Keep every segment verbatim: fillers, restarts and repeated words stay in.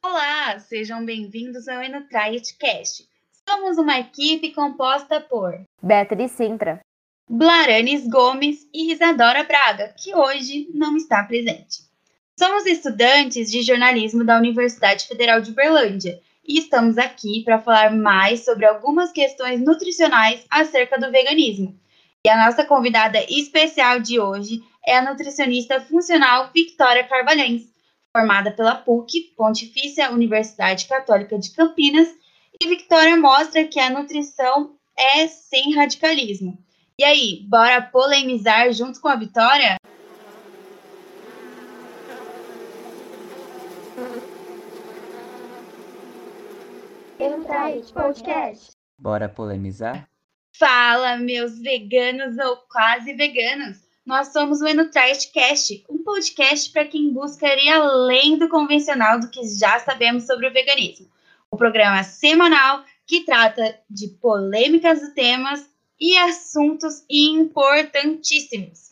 Olá, sejam bem-vindos ao EnuTrietCast. Somos uma equipe composta por Beatriz Sintra, Blaranes Gomes e Isadora Braga, que hoje não está presente. Somos estudantes de jornalismo da Universidade Federal de Uberlândia e estamos aqui para falar mais sobre algumas questões nutricionais acerca do veganismo. E a nossa convidada especial de hoje é a nutricionista funcional Victoria Carvalhães, formada pela P U C, Pontifícia Universidade Católica de Campinas, e Victoria mostra que a nutrição é sem radicalismo. E aí, bora polemizar junto com a Vitória? EnuTriet Podcast. Bora polemizar? Fala, meus veganos ou quase veganos! Nós somos o EnuTrietCast, um podcast para quem busca ir além do convencional do que já sabemos sobre o veganismo. O programa semanal que trata de polêmicas de temas e assuntos importantíssimos.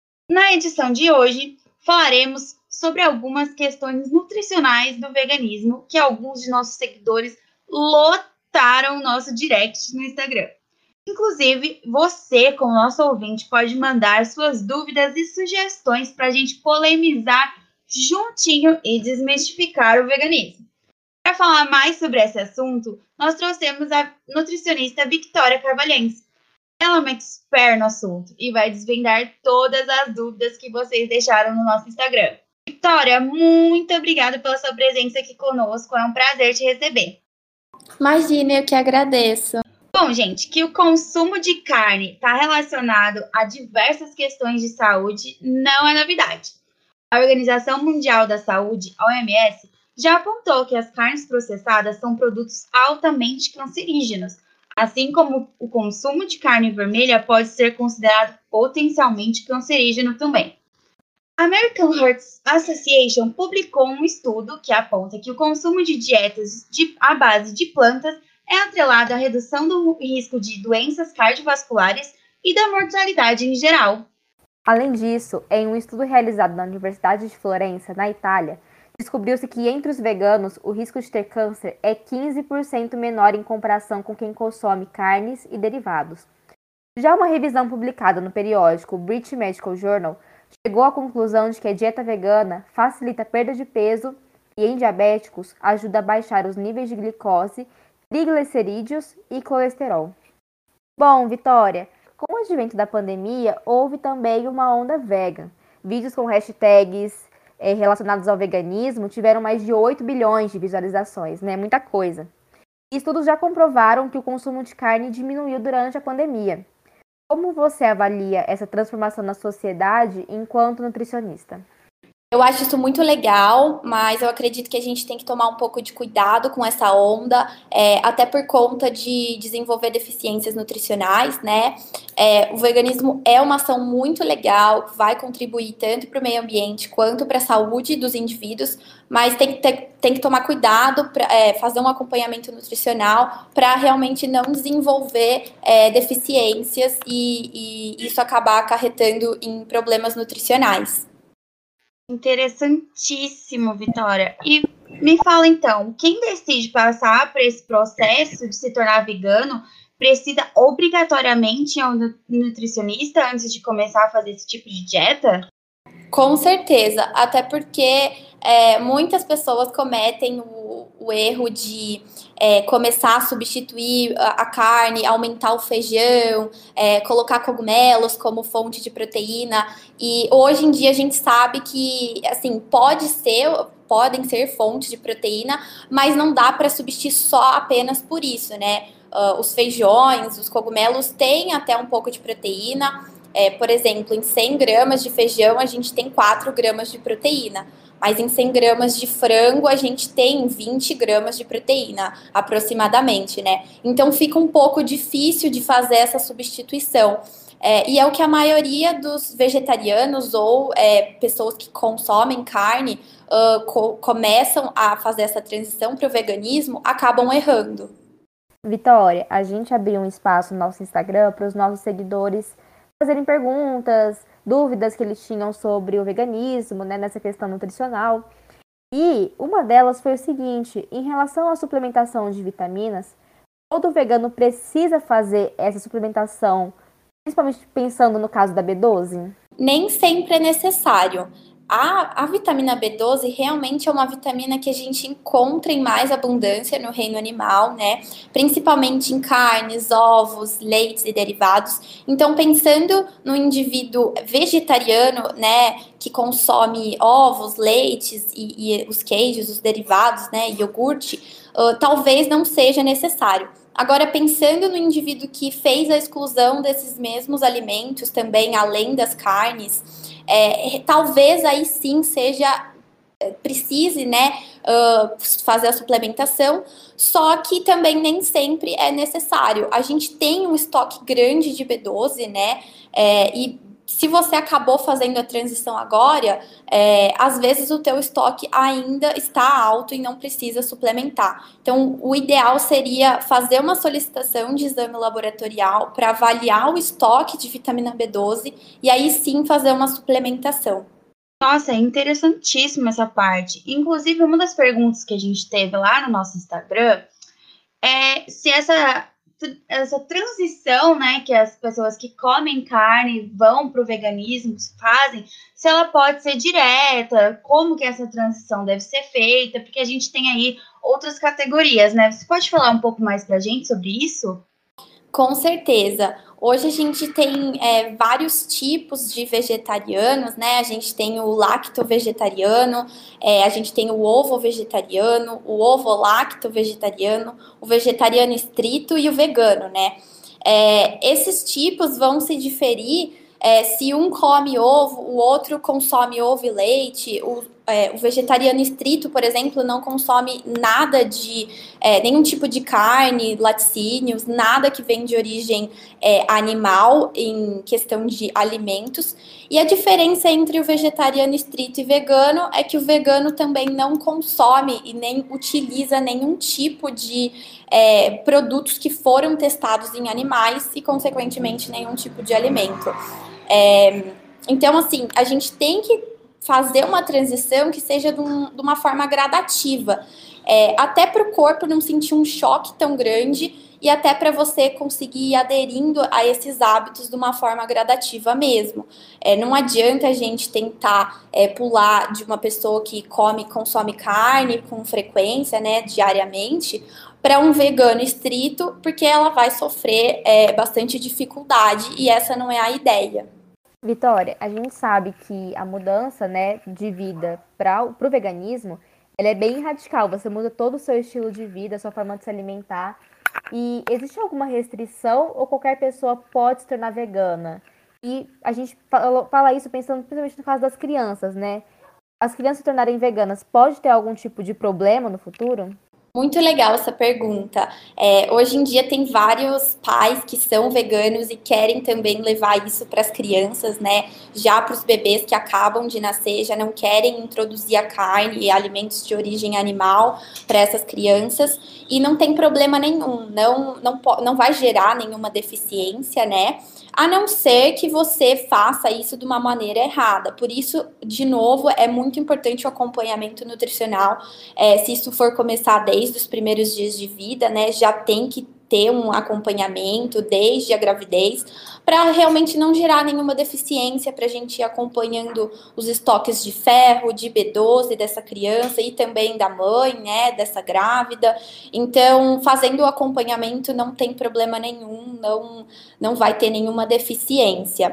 Na edição de hoje, falaremos sobre algumas questões nutricionais do veganismo que alguns de nossos seguidores lotaram o nosso direct no Instagram. Inclusive, você, como nosso ouvinte, pode mandar suas dúvidas e sugestões para a gente polemizar juntinho e desmistificar o veganismo. Para falar mais sobre esse assunto, nós trouxemos a nutricionista Victoria Carvalhães. Ela é uma expert no assunto e vai desvendar todas as dúvidas que vocês deixaram no nosso Instagram. Victoria, muito obrigada pela sua presença aqui conosco. É um prazer te receber. Imagina, eu que agradeço. Bom, gente, que o consumo de carne está relacionado a diversas questões de saúde não é novidade. A Organização Mundial da Saúde, a O M S, já apontou que as carnes processadas são produtos altamente cancerígenos, assim como o consumo de carne vermelha pode ser considerado potencialmente cancerígeno também. A American Heart Association publicou um estudo que aponta que o consumo de dietas de, à base de plantas é atrelado à redução do risco de doenças cardiovasculares e da mortalidade em geral. Além disso, em um estudo realizado na Universidade de Florença, na Itália, descobriu-se que entre os veganos o risco de ter câncer é quinze por cento menor em comparação com quem consome carnes e derivados. Já uma revisão publicada no periódico British Medical Journal chegou à conclusão de que a dieta vegana facilita a perda de peso e, em diabéticos, ajuda a baixar os níveis de glicose, triglicerídeos e colesterol. Bom, Vitória, com o advento da pandemia, houve também uma onda vegan. Vídeos com hashtags eh, relacionados ao veganismo tiveram mais de oito bilhões de visualizações, né? Muita coisa. Estudos já comprovaram que o consumo de carne diminuiu durante a pandemia. Como você avalia essa transformação na sociedade enquanto nutricionista? Eu acho isso muito legal, mas eu acredito que a gente tem que tomar um pouco de cuidado com essa onda, é, até por conta de desenvolver deficiências nutricionais, né? É, o veganismo é uma ação muito legal, vai contribuir tanto para o meio ambiente quanto para a saúde dos indivíduos, mas tem que, ter, tem que tomar cuidado para é, fazer um acompanhamento nutricional para realmente não desenvolver é, deficiências e, e isso acabar acarretando em problemas nutricionais. Interessantíssimo, Vitória. E me fala então, quem decide passar por esse processo de se tornar vegano precisa obrigatoriamente ir a um nutricionista antes de começar a fazer esse tipo de dieta? Com certeza, até porque é, muitas pessoas cometem o, o erro de é, começar a substituir a, a carne, aumentar o feijão, é, colocar cogumelos como fonte de proteína. E hoje em dia a gente sabe que, assim, pode ser, podem ser fontes de proteína, mas não dá para substituir só apenas por isso, né? Uh, os feijões, os cogumelos têm até um pouco de proteína. É, por exemplo, em cem gramas de feijão, a gente tem quatro gramas de proteína. Mas em cem gramas de frango, a gente tem vinte gramas de proteína, aproximadamente, né? Então, fica um pouco difícil de fazer essa substituição. É, e é o que a maioria dos vegetarianos ou é, pessoas que consomem carne uh, co- começam a fazer essa transição para o veganismo, acabam errando. Vitória, a gente abriu um espaço no nosso Instagram para os nossos seguidores fazerem perguntas, dúvidas que eles tinham sobre o veganismo, né, nessa questão nutricional. E uma delas foi o seguinte: em relação à suplementação de vitaminas, todo vegano precisa fazer essa suplementação, principalmente pensando no caso da B doze? Nem sempre é necessário. A, a vitamina B doze realmente é uma vitamina que a gente encontra em mais abundância no reino animal, né? Principalmente em carnes, ovos, leites e derivados. Então, pensando no indivíduo vegetariano, né, que consome ovos, leites e, e os queijos, os derivados, né, iogurte, uh, talvez não seja necessário. Agora, pensando no indivíduo que fez a exclusão desses mesmos alimentos também, além das carnes, é, talvez aí sim seja, precise, né, uh, fazer a suplementação, só que também nem sempre é necessário. A gente tem um estoque grande de B doze, né, é, e se você acabou fazendo a transição agora, é, às vezes o teu estoque ainda está alto e não precisa suplementar. Então, o ideal seria fazer uma solicitação de exame laboratorial para avaliar o estoque de vitamina B doze e aí sim fazer uma suplementação. Nossa, é interessantíssima essa parte. Inclusive, uma das perguntas que a gente teve lá no nosso Instagram é se essa, essa transição, né, que as pessoas que comem carne vão para o veganismo fazem, se ela pode ser direta, como que essa transição deve ser feita, porque a gente tem aí outras categorias, né? Você pode falar um pouco mais para a gente sobre isso? Com certeza. Hoje a gente tem é, vários tipos de vegetarianos, né? A gente tem o lacto-vegetariano, é, a gente tem o ovo-vegetariano, o ovo-lacto-vegetariano, o vegetariano estrito e o vegano, né? É, esses tipos vão se diferir é, se um come ovo, o outro consome ovo e leite. O, é, o vegetariano estrito, por exemplo, não consome nada de é, nenhum tipo de carne, laticínios, nada que vem de origem é, animal em questão de alimentos. E a diferença entre o vegetariano estrito e vegano é que o vegano também não consome e nem utiliza nenhum tipo de é, produtos que foram testados em animais e, consequentemente, nenhum tipo de alimento. É, então, assim, a gente tem que fazer uma transição que seja de, um, de uma forma gradativa, é, até para o corpo não sentir um choque tão grande e até para você conseguir ir aderindo a esses hábitos de uma forma gradativa mesmo. É, não adianta a gente tentar é, pular de uma pessoa que come, consome carne com frequência, né, diariamente, para um vegano estrito, porque ela vai sofrer é, bastante dificuldade e essa não é a ideia. Vitória, a gente sabe que a mudança, né, de vida para o veganismo, ela é bem radical. Você muda todo o seu estilo de vida, sua forma de se alimentar. E existe alguma restrição ou qualquer pessoa pode se tornar vegana? E a gente fala, fala isso pensando principalmente no caso das crianças, né? As crianças se tornarem veganas, pode ter algum tipo de problema no futuro? Muito legal essa pergunta. É, hoje em dia tem vários pais que são veganos e querem também levar isso para as crianças, né? Já para os bebês que acabam de nascer, já não querem introduzir a carne e alimentos de origem animal para essas crianças e não tem problema nenhum, não, não, não vai gerar nenhuma deficiência, né? A não ser que você faça isso de uma maneira errada. Por isso, de novo, é muito importante o acompanhamento nutricional. É, se isso for começar desde os primeiros dias de vida, né, já tem que ter um acompanhamento desde a gravidez, para realmente não gerar nenhuma deficiência, para a gente ir acompanhando os estoques de ferro, de B doze dessa criança e também da mãe, né, dessa grávida. Então, fazendo o acompanhamento não tem problema nenhum, não, não vai ter nenhuma deficiência.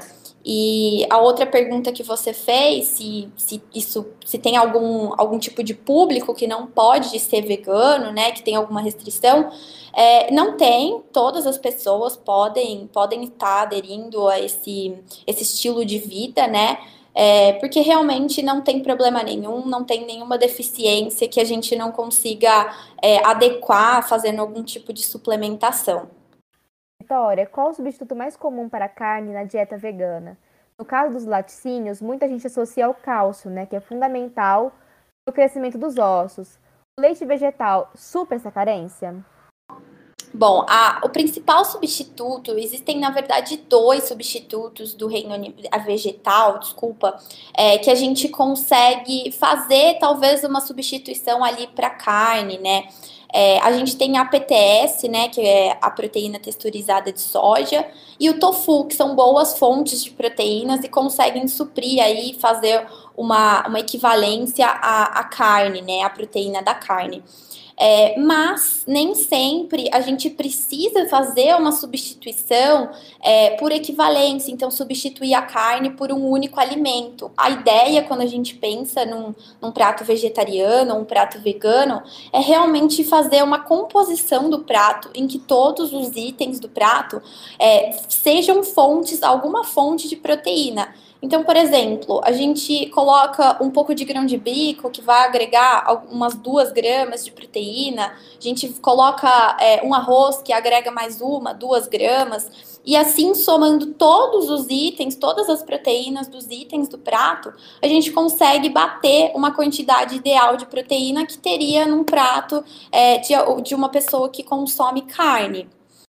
E a outra pergunta que você fez, se, se isso se tem algum, algum tipo de público que não pode ser vegano, né, que tem alguma restrição, é, não tem, todas as pessoas podem, podem estar aderindo a esse, esse estilo de vida, né, é, porque realmente não tem problema nenhum, não tem nenhuma deficiência que a gente não consiga é, adequar fazendo algum tipo de suplementação. Vitória, qual o substituto mais comum para a carne na dieta vegana? No caso dos laticínios, muita gente associa ao cálcio, né, que é fundamental para o crescimento dos ossos. O leite vegetal supra essa carência? Bom, a, o principal substituto, existem na verdade dois substitutos do reino a vegetal, desculpa, é, que a gente consegue fazer talvez uma substituição ali para carne, né? É, a gente tem a P T S, né, que é a proteína texturizada de soja, e o tofu, que são boas fontes de proteínas e conseguem suprir aí, fazer uma, uma equivalência à, à carne, né, à proteína da carne. É, mas nem sempre a gente precisa fazer uma substituição é, por equivalência, então substituir a carne por um único alimento. A ideia, quando a gente pensa num, num prato vegetariano ou um prato vegano, é realmente fazer uma composição do prato em que todos os itens do prato é, sejam fontes, alguma fonte de proteína. Então, por exemplo, a gente coloca um pouco de grão de bico, que vai agregar umas duas gramas de proteína, a gente coloca é, um arroz, que agrega mais uma, duas gramas, e assim, somando todos os itens, todas as proteínas dos itens do prato, a gente consegue bater uma quantidade ideal de proteína que teria num prato é, de, de uma pessoa que consome carne.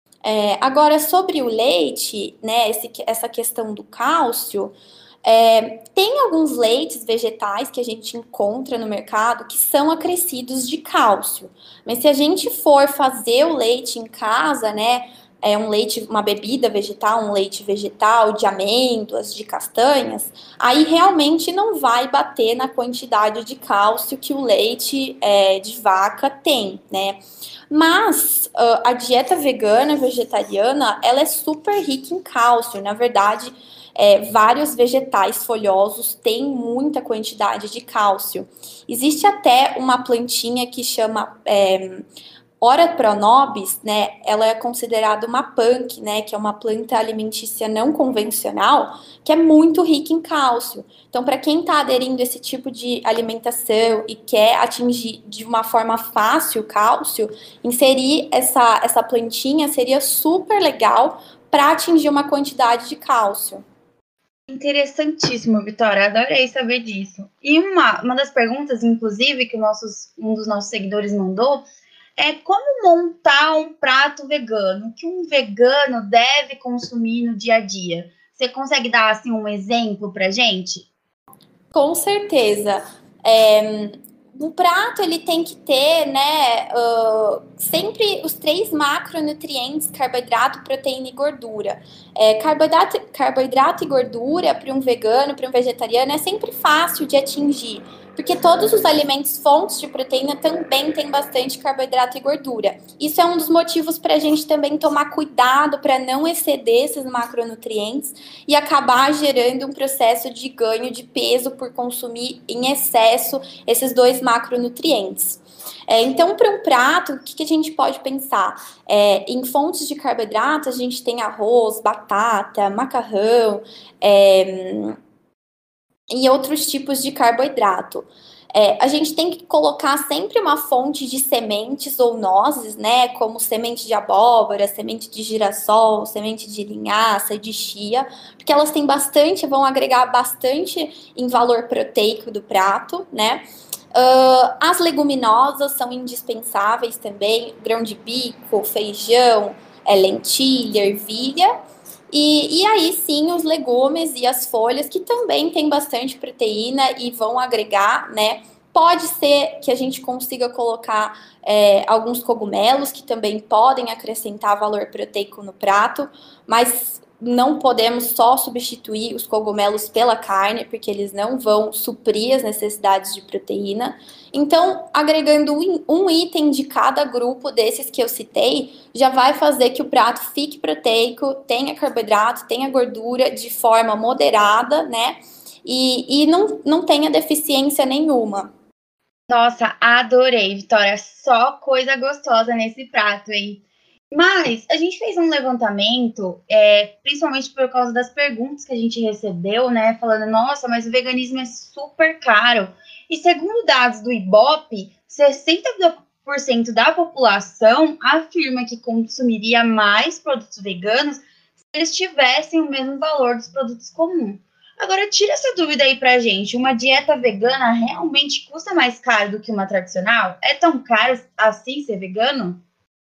É, agora, sobre o leite, né, esse, essa questão do cálcio, é, tem alguns leites vegetais que a gente encontra no mercado que são acrescidos de cálcio. Mas se a gente for fazer o leite em casa, né, é um leite, uma bebida vegetal, um leite vegetal de amêndoas, de castanhas, aí realmente não vai bater na quantidade de cálcio que o leite é, de vaca tem, né? Mas uh, a dieta vegana, vegetariana, ela é super rica em cálcio. Na verdade, é, vários vegetais folhosos têm muita quantidade de cálcio. Existe até uma plantinha que chama é, Ora pronobis, né? Ela é considerada uma punk, né? Que é uma planta alimentícia não convencional, que é muito rica em cálcio. Então, para quem está aderindo a esse tipo de alimentação e quer atingir de uma forma fácil o cálcio, inserir essa, essa plantinha seria super legal para atingir uma quantidade de cálcio. Interessantíssimo, Vitória. Adorei saber disso. E uma, uma das perguntas, inclusive, que nossos, um dos nossos seguidores mandou é como montar um prato vegano, o que um vegano deve consumir no dia a dia. Você consegue dar assim um exemplo pra gente? Com certeza. É, um prato ele tem que ter, né, uh, sempre os três macronutrientes: carboidrato, proteína e gordura. É, carboidrato, carboidrato e gordura para um vegano, para um vegetariano, é sempre fácil de atingir, porque todos os alimentos fontes de proteína também têm bastante carboidrato e gordura. Isso é um dos motivos para a gente também tomar cuidado para não exceder esses macronutrientes e acabar gerando um processo de ganho de peso por consumir em excesso esses dois macronutrientes. É, então, para um prato, o que, que a gente pode pensar? É, em fontes de carboidrato, a gente tem arroz, batata, macarrão, é, e outros tipos de carboidrato. É, a gente tem que colocar sempre uma fonte de sementes ou nozes, né? Como semente de abóbora, semente de girassol, semente de linhaça, de chia, porque elas têm bastante, vão agregar bastante em valor proteico do prato, né? Uh, as leguminosas são indispensáveis também: grão de bico, feijão, é, lentilha, ervilha. E, e aí sim, os legumes e as folhas, que também tem bastante proteína e vão agregar, né? Pode ser que a gente consiga colocar é, alguns cogumelos, que também podem acrescentar valor proteico no prato, mas não podemos só substituir os cogumelos pela carne, porque eles não vão suprir as necessidades de proteína. Então, agregando um item de cada grupo desses que eu citei, já vai fazer que o prato fique proteico, tenha carboidrato, tenha gordura de forma moderada, né? E, e não, não tenha deficiência nenhuma. Nossa, adorei, Vitória. Só coisa gostosa nesse prato, hein? Mas a gente fez um levantamento, é, principalmente por causa das perguntas que a gente recebeu, né? Falando, nossa, mas o veganismo é super caro. E segundo dados do Ibope, sessenta por cento da população afirma que consumiria mais produtos veganos se eles tivessem o mesmo valor dos produtos comuns. Agora, tira essa dúvida aí pra gente. Uma dieta vegana realmente custa mais caro do que uma tradicional? É tão caro assim ser vegano?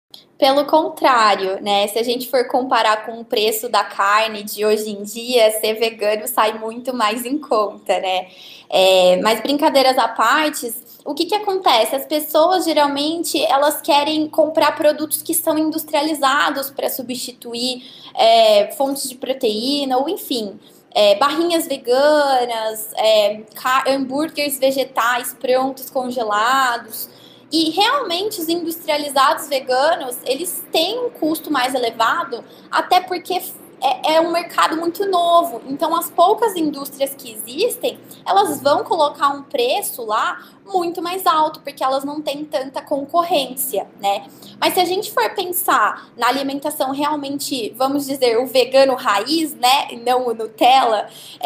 Pelo contrário, né? Se a gente for comparar com o preço da carne de hoje em dia, ser vegano sai muito mais em conta, né? É, mas brincadeiras à parte, o que que acontece? As pessoas geralmente elas querem comprar produtos que são industrializados para substituir é, fontes de proteína ou enfim. É, barrinhas veganas, é, hambúrgueres vegetais prontos, congelados. E realmente os industrializados veganos, eles têm um custo mais elevado, até porque é, é um mercado muito novo. Então, as poucas indústrias que existem, elas vão colocar um preço lá muito mais alto, porque elas não têm tanta concorrência, né? Mas se a gente for pensar na alimentação realmente, vamos dizer, o vegano raiz, né? E não o Nutella,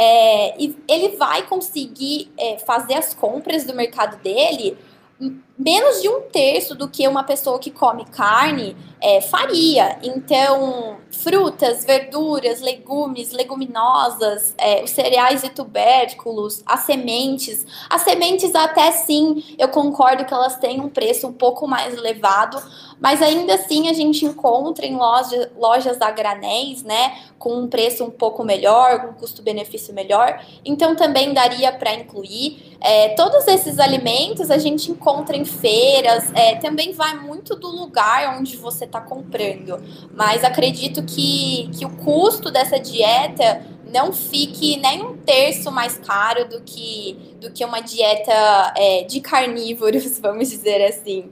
é, ele vai conseguir é, fazer as compras do mercado dele menos de um terço do que uma pessoa que come carne é, faria. Então, frutas, verduras, legumes, leguminosas, é, os cereais e tubérculos, as sementes. As sementes até sim, eu concordo que elas têm um preço um pouco mais elevado, mas ainda assim a gente encontra em loja, lojas a granéis, né, com um preço um pouco melhor, com um custo-benefício melhor. Então também daria para incluir. É, todos esses alimentos a gente encontra em feiras, é, também vai muito do lugar onde você está comprando, mas acredito que, que o custo dessa dieta não fique nem um terço mais caro do que, do que uma dieta é, de carnívoros, vamos dizer assim.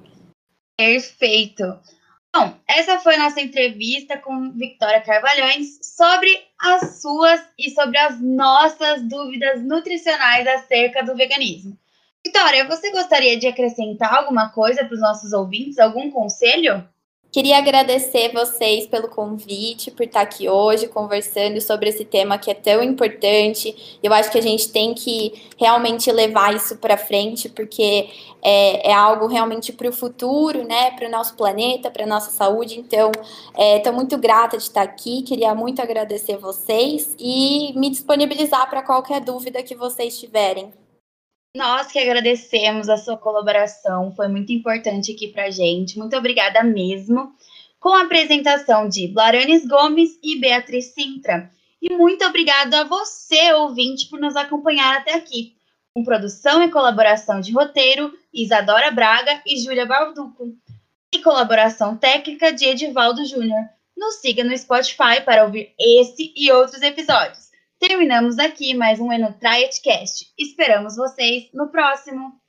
Perfeito. Bom, essa foi a nossa entrevista com Victoria Carvalhães sobre as suas e sobre as nossas dúvidas nutricionais acerca do veganismo. Victoria, você gostaria de acrescentar alguma coisa para os nossos ouvintes? Algum conselho? Queria agradecer vocês pelo convite, por estar aqui hoje conversando sobre esse tema que é tão importante. Eu acho que a gente tem que realmente levar isso para frente, porque é, é algo realmente para o futuro, né? Para o nosso planeta, para a nossa saúde. Então, estou é, muito grata de estar aqui. Queria muito agradecer vocês e me disponibilizar para qualquer dúvida que vocês tiverem. Nós que agradecemos a sua colaboração, foi muito importante aqui pra gente. Muito obrigada mesmo. Com a apresentação de Blaranes Gomes e Beatriz Sintra. E muito obrigado a você, ouvinte, por nos acompanhar até aqui. Com produção e colaboração de roteiro, Isadora Braga e Júlia Balduco. E colaboração técnica de Edivaldo Júnior. Nos siga no Spotify para ouvir esse e outros episódios. Terminamos aqui mais um EnuTriadCast. Esperamos vocês no próximo!